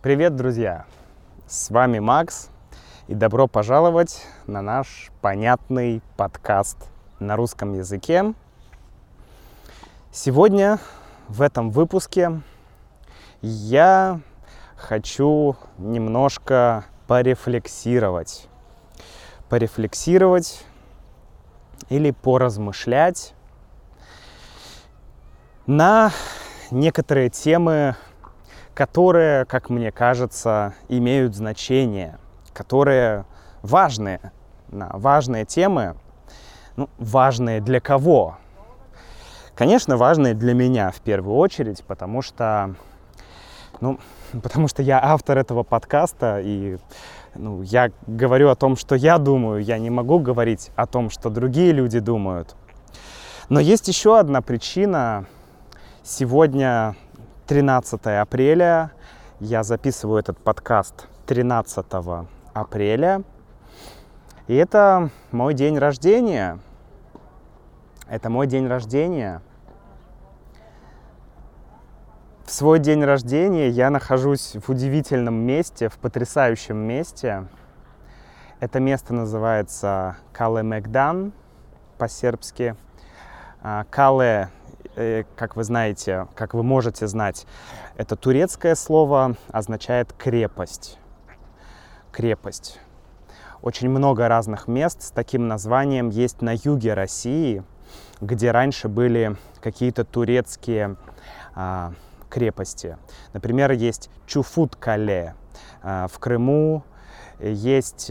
Привет, друзья! С вами Макс, и добро пожаловать на наш понятный подкаст на русском языке. Сегодня в этом выпуске я хочу немножко порефлексировать или поразмышлять на некоторые темы, которые, как мне кажется, имеют значение, которые важные темы. Важные для кого? Конечно, важные для меня в первую очередь, потому что я автор этого подкаста, и я говорю о том, что я думаю, я не могу говорить о том, что другие люди думают. Но есть еще одна причина. Сегодня 13 апреля, я записываю этот подкаст 13 апреля, и это мой день рождения. В свой день рождения я нахожусь в удивительном месте, в потрясающем месте. Это место называется Кале Мегдан по-сербски. Кале, как вы знаете, как вы можете знать, это турецкое слово, означает крепость. Крепость. Очень много разных мест с таким названием есть на юге России, где раньше были какие-то турецкие крепости. Например, есть Чуфут-Кале в Крыму, есть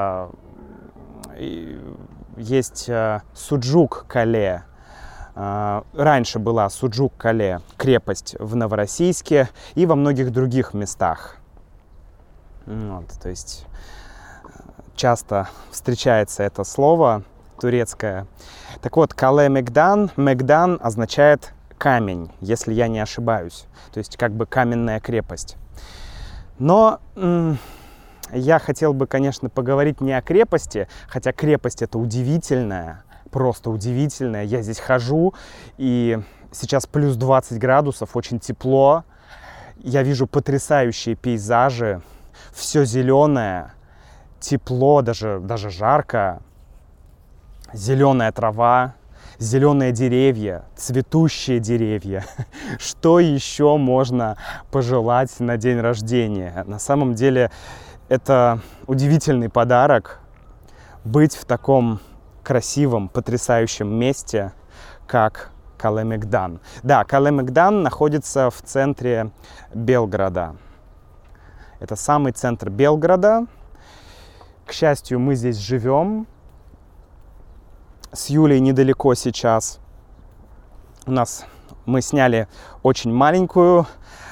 Суджук-Кале. Раньше была Суджук-Кале, крепость в Новороссийске и во многих других местах. То есть часто встречается это слово турецкое. Так вот, Кале Мегдан. Мегдан означает камень, если я не ошибаюсь. То есть как бы каменная крепость. Но я хотел бы, конечно, поговорить не о крепости, хотя крепость это удивительная. Просто удивительное. Я здесь хожу, и сейчас плюс 20 градусов, очень тепло. Я вижу потрясающие пейзажи, все зеленое, тепло, даже жарко. Зеленая трава, зеленые деревья, цветущие деревья. Что еще можно пожелать на день рождения? На самом деле, это удивительный подарок быть в таком красивом, потрясающем месте, как Кале Мегдан. Да, Кале Мегдан находится в центре Белграда. Это самый центр Белграда. К счастью, мы здесь живем. С Юлей недалеко сейчас. Мы сняли очень маленькую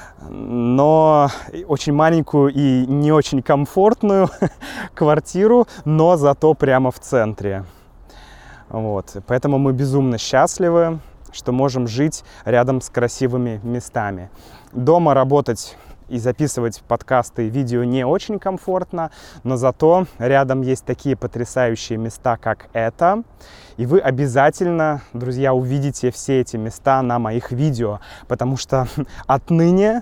и не очень комфортную квартиру, но зато прямо в центре. Поэтому мы безумно счастливы, что можем жить рядом с красивыми местами. Дома работать и записывать подкасты и видео не очень комфортно, но зато рядом есть такие потрясающие места, как это. И вы обязательно, друзья, увидите все эти места на моих видео, потому что отныне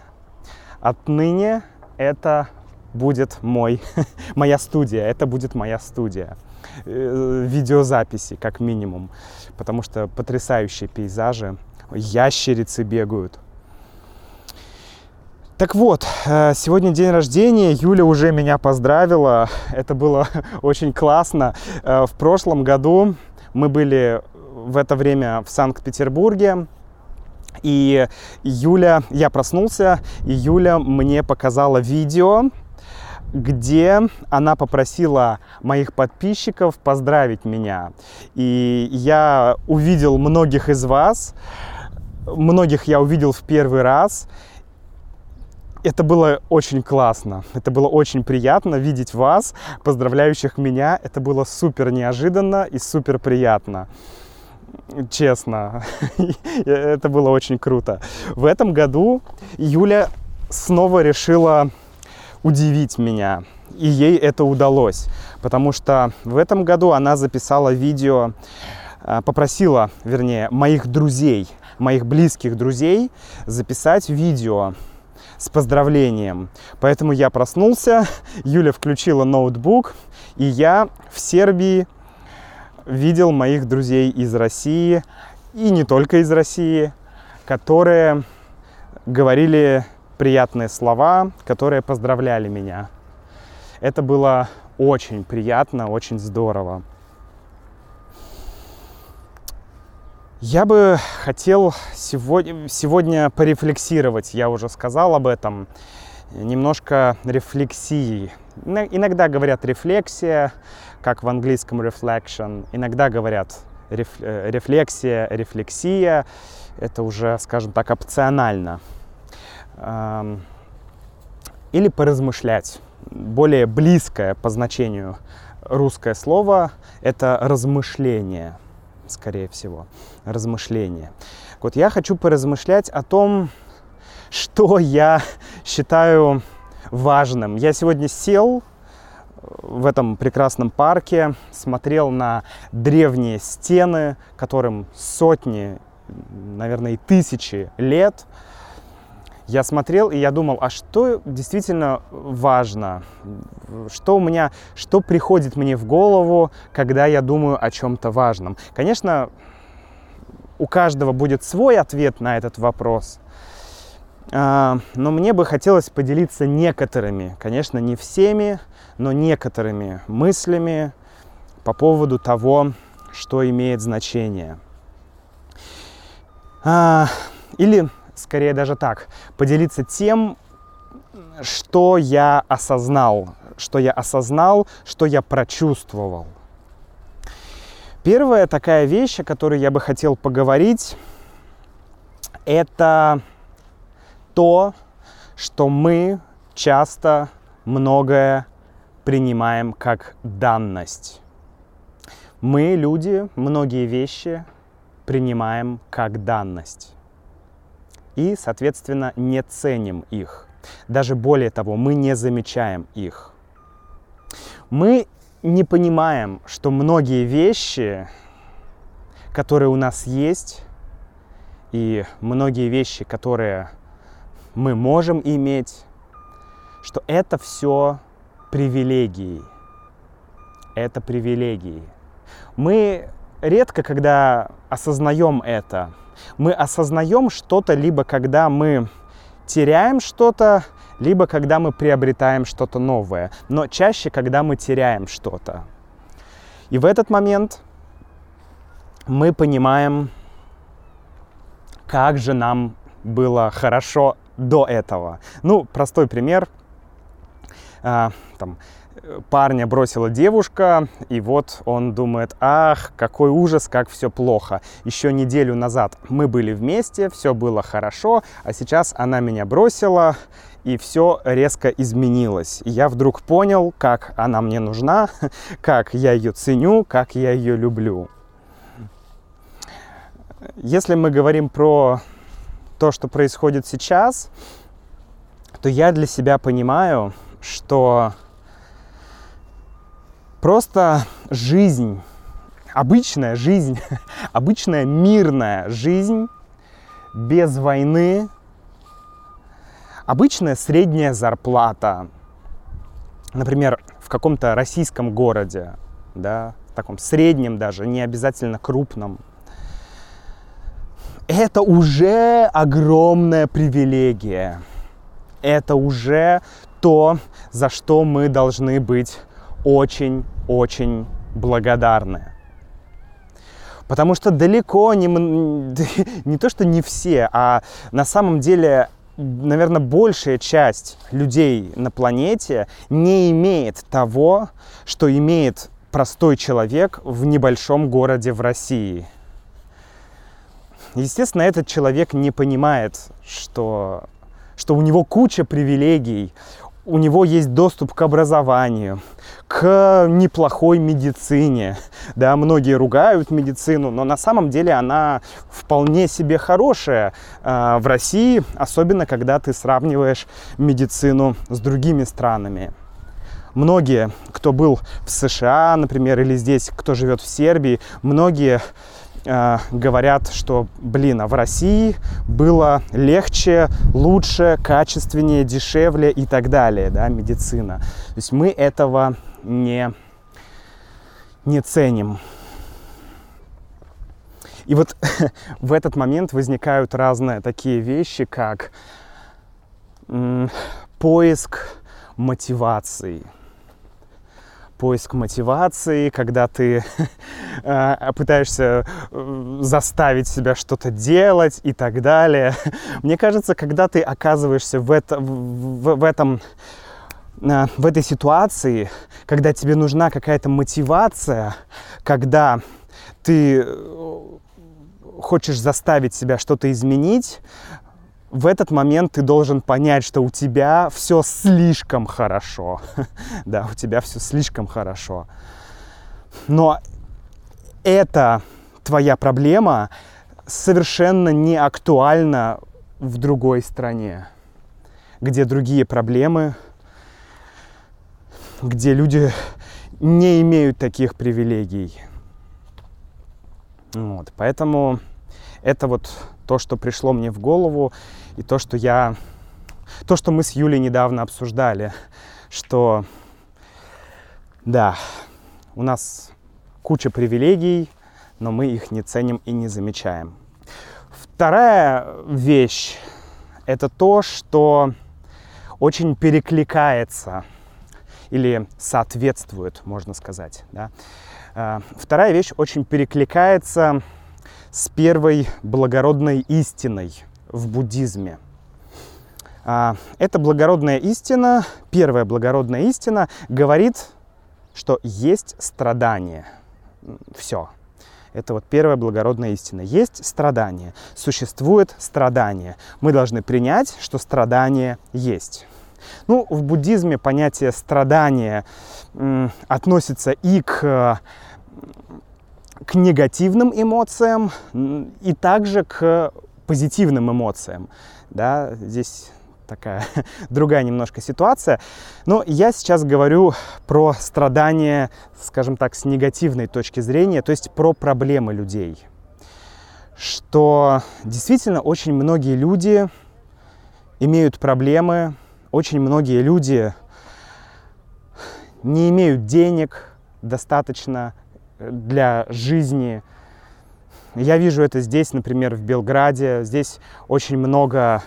это будет моя студия, это будет моя студия. Видеозаписи, как минимум, потому что потрясающие пейзажи, ящерицы бегают. Так вот, сегодня день рождения, Юля уже меня поздравила, это было очень классно. В прошлом году мы были в это время в Санкт-Петербурге, и я проснулся, и Юля мне показала видео, где она попросила моих подписчиков поздравить меня. И я увидел многих из вас, многих я увидел в первый раз. Это было очень классно, это было очень приятно видеть вас, поздравляющих меня. Это было супер неожиданно и супер приятно. Честно, это было очень круто. В этом году Юля снова решила удивить меня, и ей это удалось, потому что в этом году она записала видео, попросила, моих друзей, моих близких друзей записать видео с поздравлением. Поэтому я проснулся, Юля включила ноутбук, и я в Сербии видел моих друзей из России, и не только из России, которые говорили приятные слова, которые поздравляли меня. Это было очень приятно, очень здорово. Я бы хотел сегодня порефлексировать, я уже сказал об этом, немножко рефлексии. Иногда говорят рефлексия, как в английском reflection, иногда говорят рефлексия, рефлексия. Это уже, скажем так, опционально. Или поразмышлять. Более близкое по значению русское слово – это размышление. Скорее всего, размышления. Вот я хочу поразмышлять о том, что я считаю важным. Я сегодня сел в этом прекрасном парке, смотрел на древние стены, которым сотни, наверное, и тысячи лет. Я смотрел, и я думал, а что действительно важно? Что приходит мне в голову, когда я думаю о чем-то важном? Конечно, у каждого будет свой ответ на этот вопрос. Но мне бы хотелось поделиться некоторыми, конечно, не всеми, но некоторыми мыслями по поводу того, что имеет значение. Или скорее даже так, поделиться тем, что я осознал, что я прочувствовал. Первая такая вещь, о которой я бы хотел поговорить, это то, что мы часто многое принимаем как данность. Мы, люди, многие вещи принимаем как данность. И, соответственно, не ценим их. Даже более того, мы не замечаем их. Мы не понимаем, что многие вещи, которые у нас есть, и многие вещи, которые мы можем иметь, что это все привилегии. Это привилегии. Мы редко, когда осознаем это, мы осознаем что-то либо когда мы теряем что-то, либо когда мы приобретаем что-то новое. Но чаще, когда мы теряем что-то. И в этот момент мы понимаем, как же нам было хорошо до этого. Ну, простой пример. Парня бросила девушка, и вот он думает, ах, какой ужас, как все плохо. Еще неделю назад мы были вместе, все было хорошо, а сейчас она меня бросила, и все резко изменилось. И я вдруг понял, как она мне нужна, как я ее ценю, как я ее люблю. Если мы говорим про то, что происходит сейчас, то я для себя понимаю, что просто жизнь, обычная мирная жизнь, без войны, обычная средняя зарплата, например, в каком-то российском городе, да, в таком среднем даже, не обязательно крупном, это уже огромная привилегия. Это уже то, за что мы должны быть очень-очень благодарны. Потому что далеко не то, что не все, а на самом деле, наверное, большая часть людей на планете не имеет того, что имеет простой человек в небольшом городе в России. Естественно, этот человек не понимает, что у него куча привилегий, у него есть доступ к образованию, к неплохой медицине. Да, многие ругают медицину, но на самом деле она вполне себе хорошая в России, особенно когда ты сравниваешь медицину с другими странами. Многие, кто был в США, например, или здесь, кто живет в Сербии, многие говорят, что, блин, а в России было легче, лучше, качественнее, дешевле и так далее, да, медицина. То есть мы этого не ценим. И вот в этот момент возникают разные такие вещи, как поиск мотивации. Поиск мотивации, когда ты пытаешься заставить себя что-то делать и так далее. Мне кажется, когда ты оказываешься в этой ситуации, когда тебе нужна какая-то мотивация, когда ты хочешь заставить себя что-то изменить, в этот момент ты должен понять, что у тебя все слишком хорошо. Да, у тебя все слишком хорошо. Но эта твоя проблема совершенно не актуальна в другой стране, где другие проблемы, где люди не имеют таких привилегий. Вот, поэтому это вот то, что пришло мне в голову, и то, что мы с Юлей недавно обсуждали, что да, у нас куча привилегий, но мы их не ценим и не замечаем. Вторая вещь – это то, что очень перекликается или соответствует, можно сказать, да? Вторая вещь очень перекликается с первой благородной истиной в буддизме. Эта благородная истина, первая благородная истина, говорит, что есть страдание. Все. Это вот первая благородная истина. Есть страдание. Существует страдание. Мы должны принять, что страдание есть. Ну, в буддизме понятие страдания относится и к негативным эмоциям, и также к позитивным эмоциям. Да, здесь такая другая немножко ситуация. Но я сейчас говорю про страдания, скажем так, с негативной точки зрения, то есть про проблемы людей. Что действительно очень многие люди имеют проблемы, очень многие люди не имеют денег достаточно для жизни. Я вижу это здесь, например, в Белграде. Здесь очень много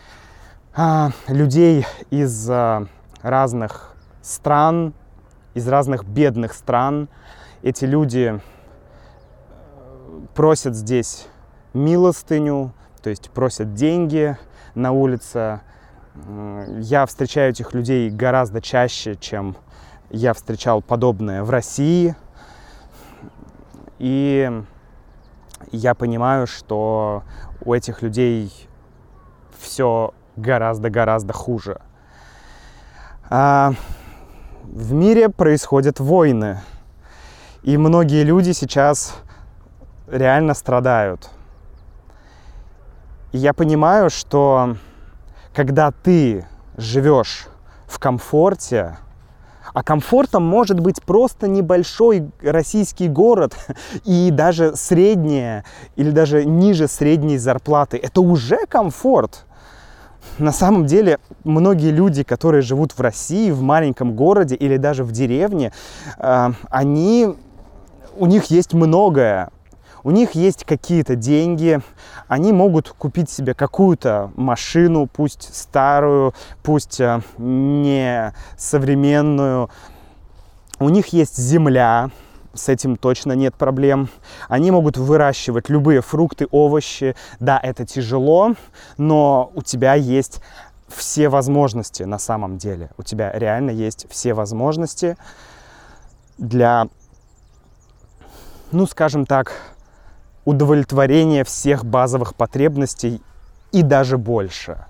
людей из разных стран, из разных бедных стран. Эти люди просят здесь милостыню, то есть просят деньги на улице. Я встречаю этих людей гораздо чаще, чем я встречал подобное в России. И я понимаю, что у этих людей все гораздо хуже. В мире происходят войны, и многие люди сейчас реально страдают. И я понимаю, что когда ты живешь в комфорте, а комфортом может быть просто небольшой российский город и даже средняя или даже ниже средней зарплаты. Это уже комфорт. На самом деле, многие люди, которые живут в России, в маленьком городе или даже в деревне, у них есть многое. У них есть какие-то деньги, они могут купить себе какую-то машину, пусть старую, пусть не современную. У них есть земля, с этим точно нет проблем. Они могут выращивать любые фрукты, овощи. Да, это тяжело, но у тебя есть все возможности на самом деле. У тебя реально есть все возможности для, ну, скажем так, удовлетворение всех базовых потребностей и даже больше.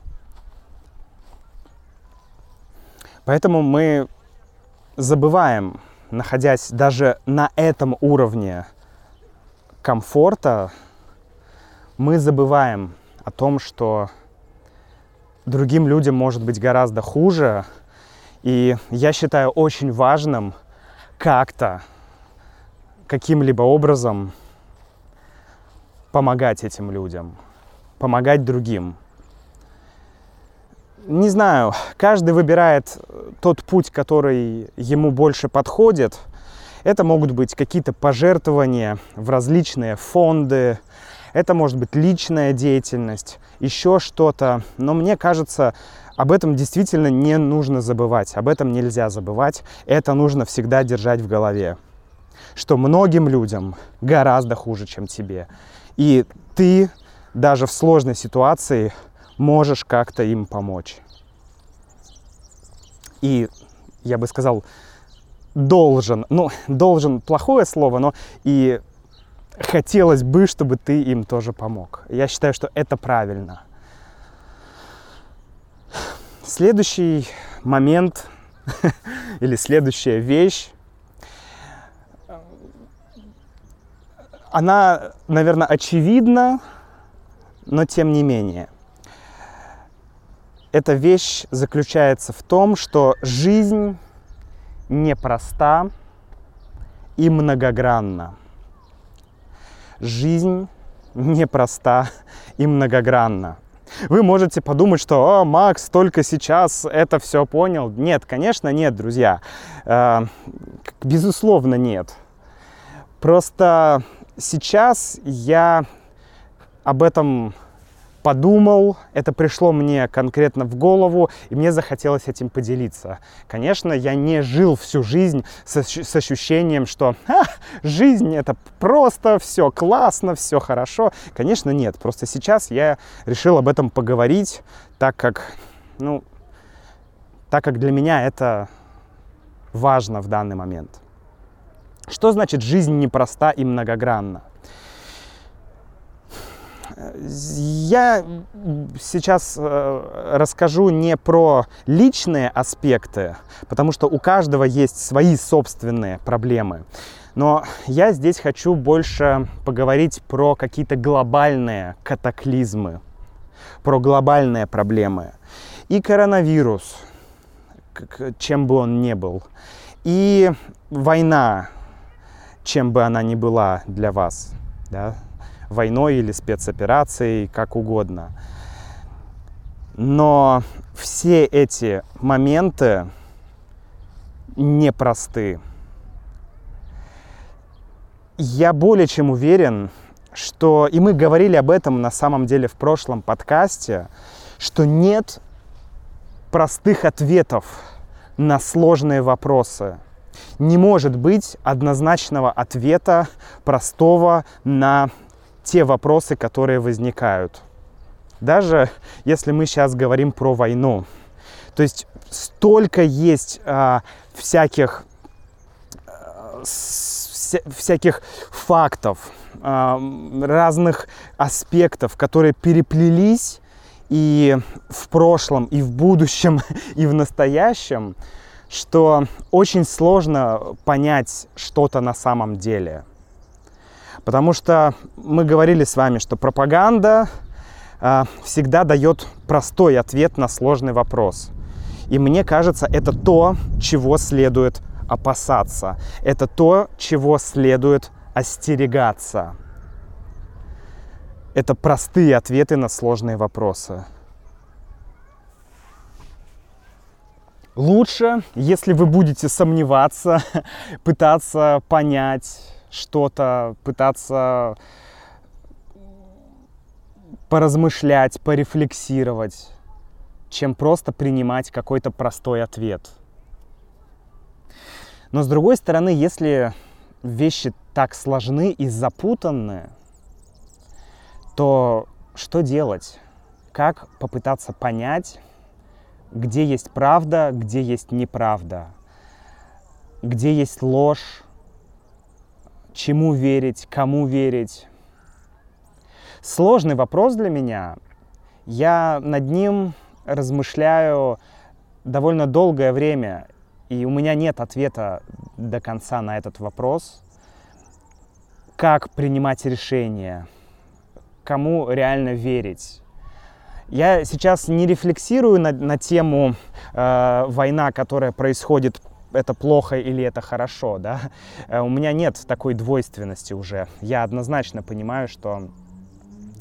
Поэтому мы забываем, находясь даже на этом уровне комфорта, мы забываем о том, что другим людям может быть гораздо хуже. И я считаю очень важным как-то, каким-либо образом помогать этим людям, помогать другим. Не знаю, каждый выбирает тот путь, который ему больше подходит. Это могут быть какие-то пожертвования в различные фонды, это может быть личная деятельность, еще что-то. Но мне кажется, об этом действительно не нужно забывать, об этом нельзя забывать. Это нужно всегда держать в голове, что многим людям гораздо хуже, чем тебе. И ты даже в сложной ситуации можешь как-то им помочь. И я бы сказал, должен плохое слово, но и хотелось бы, чтобы ты им тоже помог. Я считаю, что это правильно. Следующий момент или следующая вещь, она, наверное, очевидна, но тем не менее. Эта вещь заключается в том, что жизнь непроста и многогранна. Жизнь непроста и многогранна. Вы можете подумать, что Макс только сейчас это все понял. Нет, конечно, нет, друзья. Безусловно, нет. Просто сейчас я об этом подумал, это пришло мне конкретно в голову, и мне захотелось этим поделиться. Конечно, я не жил всю жизнь с ощущением, что жизнь это просто все классно, все хорошо. Конечно, нет. Просто сейчас я решил об этом поговорить, так как для меня это важно в данный момент. Что значит жизнь непроста и многогранна? Я сейчас расскажу не про личные аспекты, потому что у каждого есть свои собственные проблемы. Но я здесь хочу больше поговорить про какие-то глобальные катаклизмы, про глобальные проблемы. И коронавирус, чем бы он ни был, и война, чем бы она ни была для вас, да? Войной или спецоперацией, как угодно. Но все эти моменты непросты. Я более чем уверен, что, и мы говорили об этом на самом деле в прошлом подкасте, что нет простых ответов на сложные вопросы. Не может быть однозначного ответа простого на те вопросы, которые возникают. Даже если мы сейчас говорим про войну. То есть столько есть всяких фактов, разных аспектов, которые переплелись и в прошлом, и в будущем, и в настоящем, что очень сложно понять что-то на самом деле. Потому что мы говорили с вами, что пропаганда всегда дает простой ответ на сложный вопрос. И мне кажется, это то, чего следует опасаться. Это то, чего следует остерегаться. Это простые ответы на сложные вопросы. Лучше, если вы будете сомневаться, пытаться понять что-то, пытаться поразмышлять, порефлексировать, чем просто принимать какой-то простой ответ. Но с другой стороны, если вещи так сложны и запутанны, то что делать? Как попытаться понять, где есть правда, где есть неправда, где есть ложь, чему верить, кому верить. Сложный вопрос для меня. Я над ним размышляю довольно долгое время, и у меня нет ответа до конца на этот вопрос. Как принимать решения, кому реально верить. Я сейчас не рефлексирую на тему война, которая происходит, это плохо или это хорошо, да? У меня нет такой двойственности уже. Я однозначно понимаю, что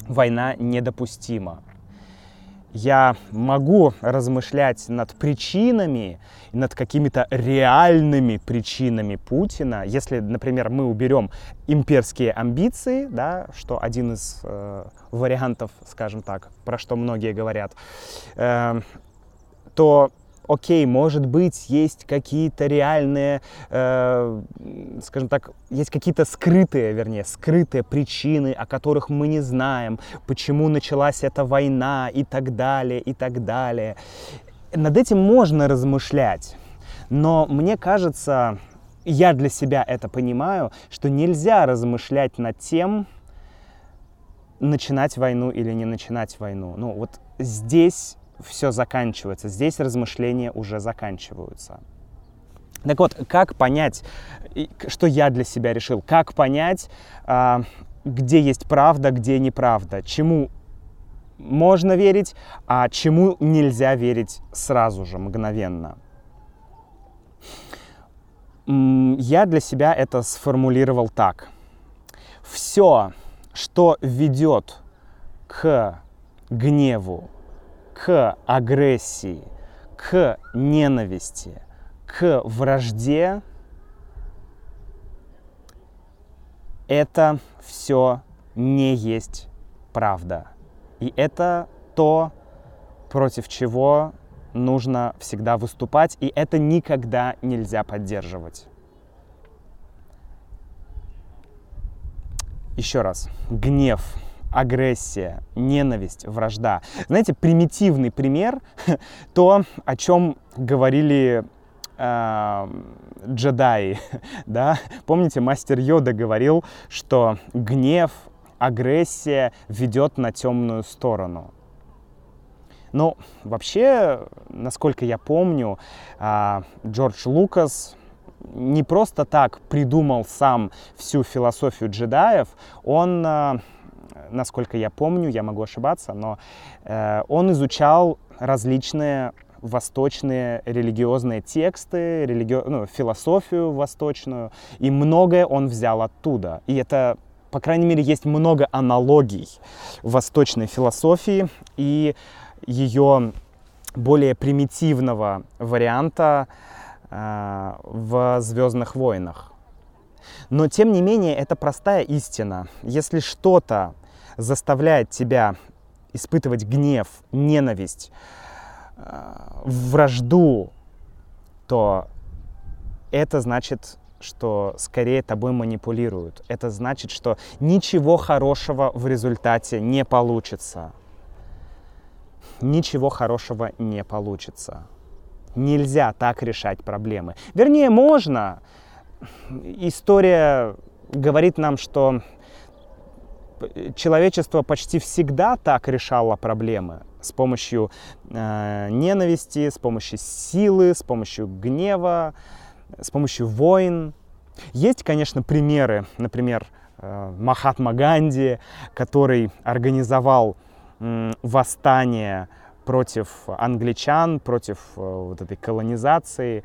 война недопустима. Я могу размышлять над причинами, над какими-то реальными причинами Путина. Если, например, мы уберем имперские амбиции, да, что один из вариантов, скажем так, про что многие говорят, то окей, может быть, есть какие-то реальные, скажем так, есть какие-то скрытые причины, о которых мы не знаем, почему началась эта война и так далее, и так далее. Над этим можно размышлять, но мне кажется, я для себя это понимаю, что нельзя размышлять над тем, начинать войну или не начинать войну. Ну вот здесь все заканчивается, здесь размышления уже заканчиваются. Так вот, как понять, что я для себя решил, как понять, где есть правда, где неправда, чему можно верить, а чему нельзя верить сразу же, мгновенно. Я для себя это сформулировал так. Все, что ведет к гневу, к агрессии, к ненависти, к вражде, это все не есть правда. И это то, против чего нужно всегда выступать, и это никогда нельзя поддерживать. Еще раз. Гнев, агрессия, ненависть, вражда. Знаете, примитивный пример, то, о чем говорили джедаи, да? Помните, мастер Йода говорил, что гнев, агрессия ведет на темную сторону. Ну, вообще, насколько я помню, Джордж Лукас не просто так придумал сам всю философию джедаев. Он, насколько я помню, я могу ошибаться, но он изучал различные восточные религиозные тексты, философию восточную, и многое он взял оттуда. И это, по крайней мере, есть много аналогий восточной философии и ее более примитивного варианта в «Звездных войнах». Но, тем не менее, это простая истина. Если что-то заставляет тебя испытывать гнев, ненависть, вражду, то это значит, что скорее тобой манипулируют. Это значит, что ничего хорошего в результате не получится. Ничего хорошего не получится. Нельзя так решать проблемы. Вернее, можно. История говорит нам, что человечество почти всегда так решало проблемы. С помощью ненависти, с помощью силы, с помощью гнева, с помощью войн. Есть, конечно, примеры. Например, Махатма Ганди, который организовал восстание против англичан, против вот этой колонизации.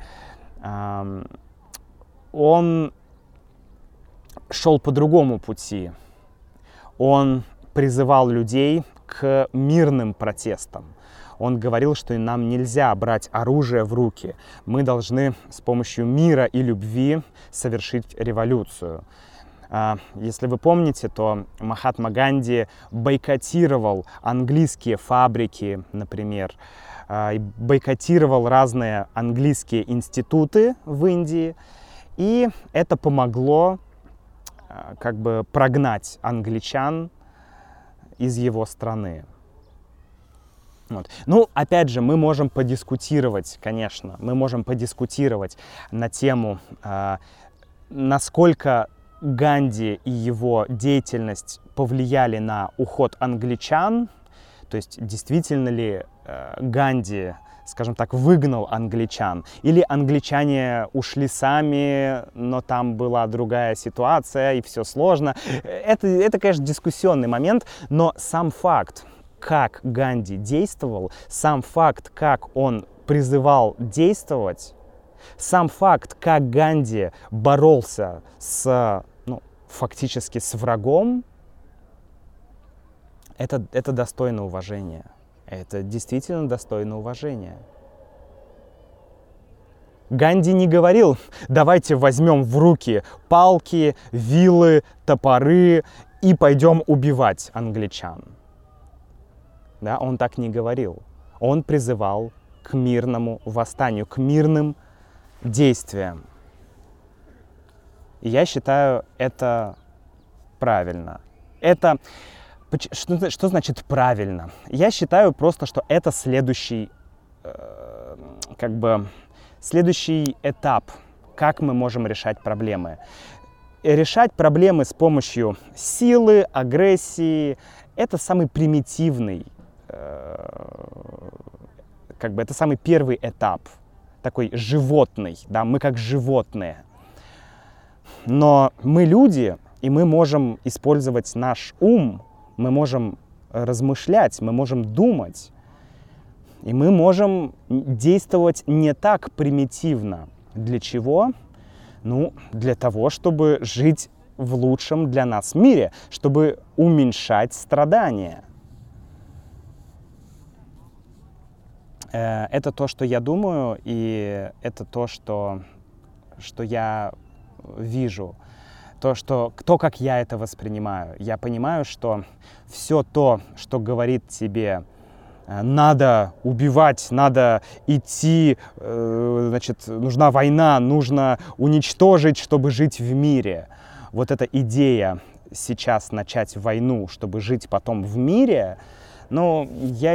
Он шел по другому пути. Он призывал людей к мирным протестам. Он говорил, что нам нельзя брать оружие в руки. Мы должны с помощью мира и любви совершить революцию. Если вы помните, то Махатма Ганди бойкотировал английские фабрики, например, бойкотировал разные английские институты в Индии, и это помогло как бы прогнать англичан из его страны. Вот. Ну, опять же, мы можем подискутировать, конечно, мы можем подискутировать на тему, насколько Ганди и его деятельность повлияли на уход англичан, то есть действительно ли Ганди, скажем так, выгнал англичан, или англичане ушли сами, но там была другая ситуация и все сложно. Это, конечно, дискуссионный момент, но сам факт, как Ганди действовал, сам факт, как он призывал действовать, сам факт, как Ганди боролся фактически с врагом, Это достойно уважения. Это действительно достойно уважения. Ганди не говорил: давайте возьмем в руки палки, вилы, топоры и пойдем убивать англичан. Да, он так не говорил. Он призывал к мирному восстанию, к мирным действиям. И я считаю, это правильно. Что значит правильно? Я считаю просто, что это следующий этап, как мы можем решать проблемы. Решать проблемы с помощью силы, агрессии — это самый примитивный, это самый первый этап, такой животный, да, мы как животные. Но мы люди, и мы можем использовать наш ум, мы можем размышлять, мы можем думать, и мы можем действовать не так примитивно. Для чего? Для того, чтобы жить в лучшем для нас мире, чтобы уменьшать страдания. Это то, что я думаю, и это то, что я вижу. То, как я это воспринимаю. Я понимаю, что все то, что говорит тебе: надо убивать, надо идти, нужна война, нужно уничтожить, чтобы жить в мире. Вот эта идея сейчас начать войну, чтобы жить потом в мире, я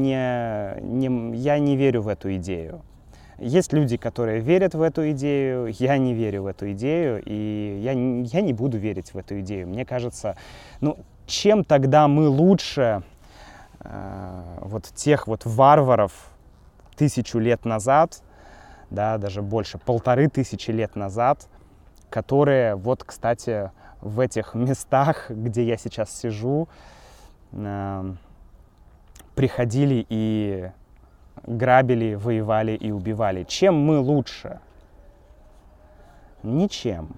не верю в эту идею. Есть люди, которые верят в эту идею, я не верю в эту идею, и я не буду верить в эту идею. Мне кажется, чем тогда мы лучше тех варваров 1000 лет назад, да, даже больше, 1500 лет назад, которые, кстати, в этих местах, где я сейчас сижу, приходили и грабили, воевали и убивали. Чем мы лучше? Ничем.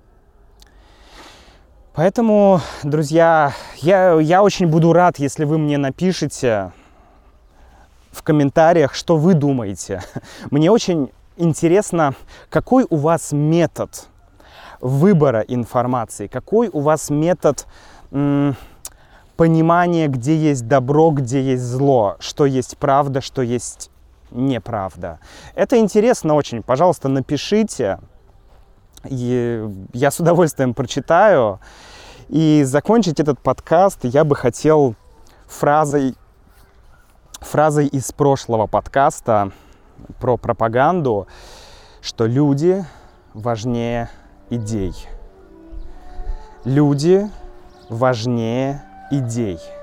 Поэтому, друзья, я очень буду рад, если вы мне напишите в комментариях, что вы думаете. Мне очень интересно, какой у вас метод выбора информации, какой у вас метод понимания, где есть добро, где есть зло, что есть правда, что есть неправда. Это интересно очень. Пожалуйста, напишите. И я с удовольствием прочитаю. И закончить этот подкаст я бы хотел фразой из прошлого подкаста про пропаганду, что люди важнее идей. Люди важнее идей.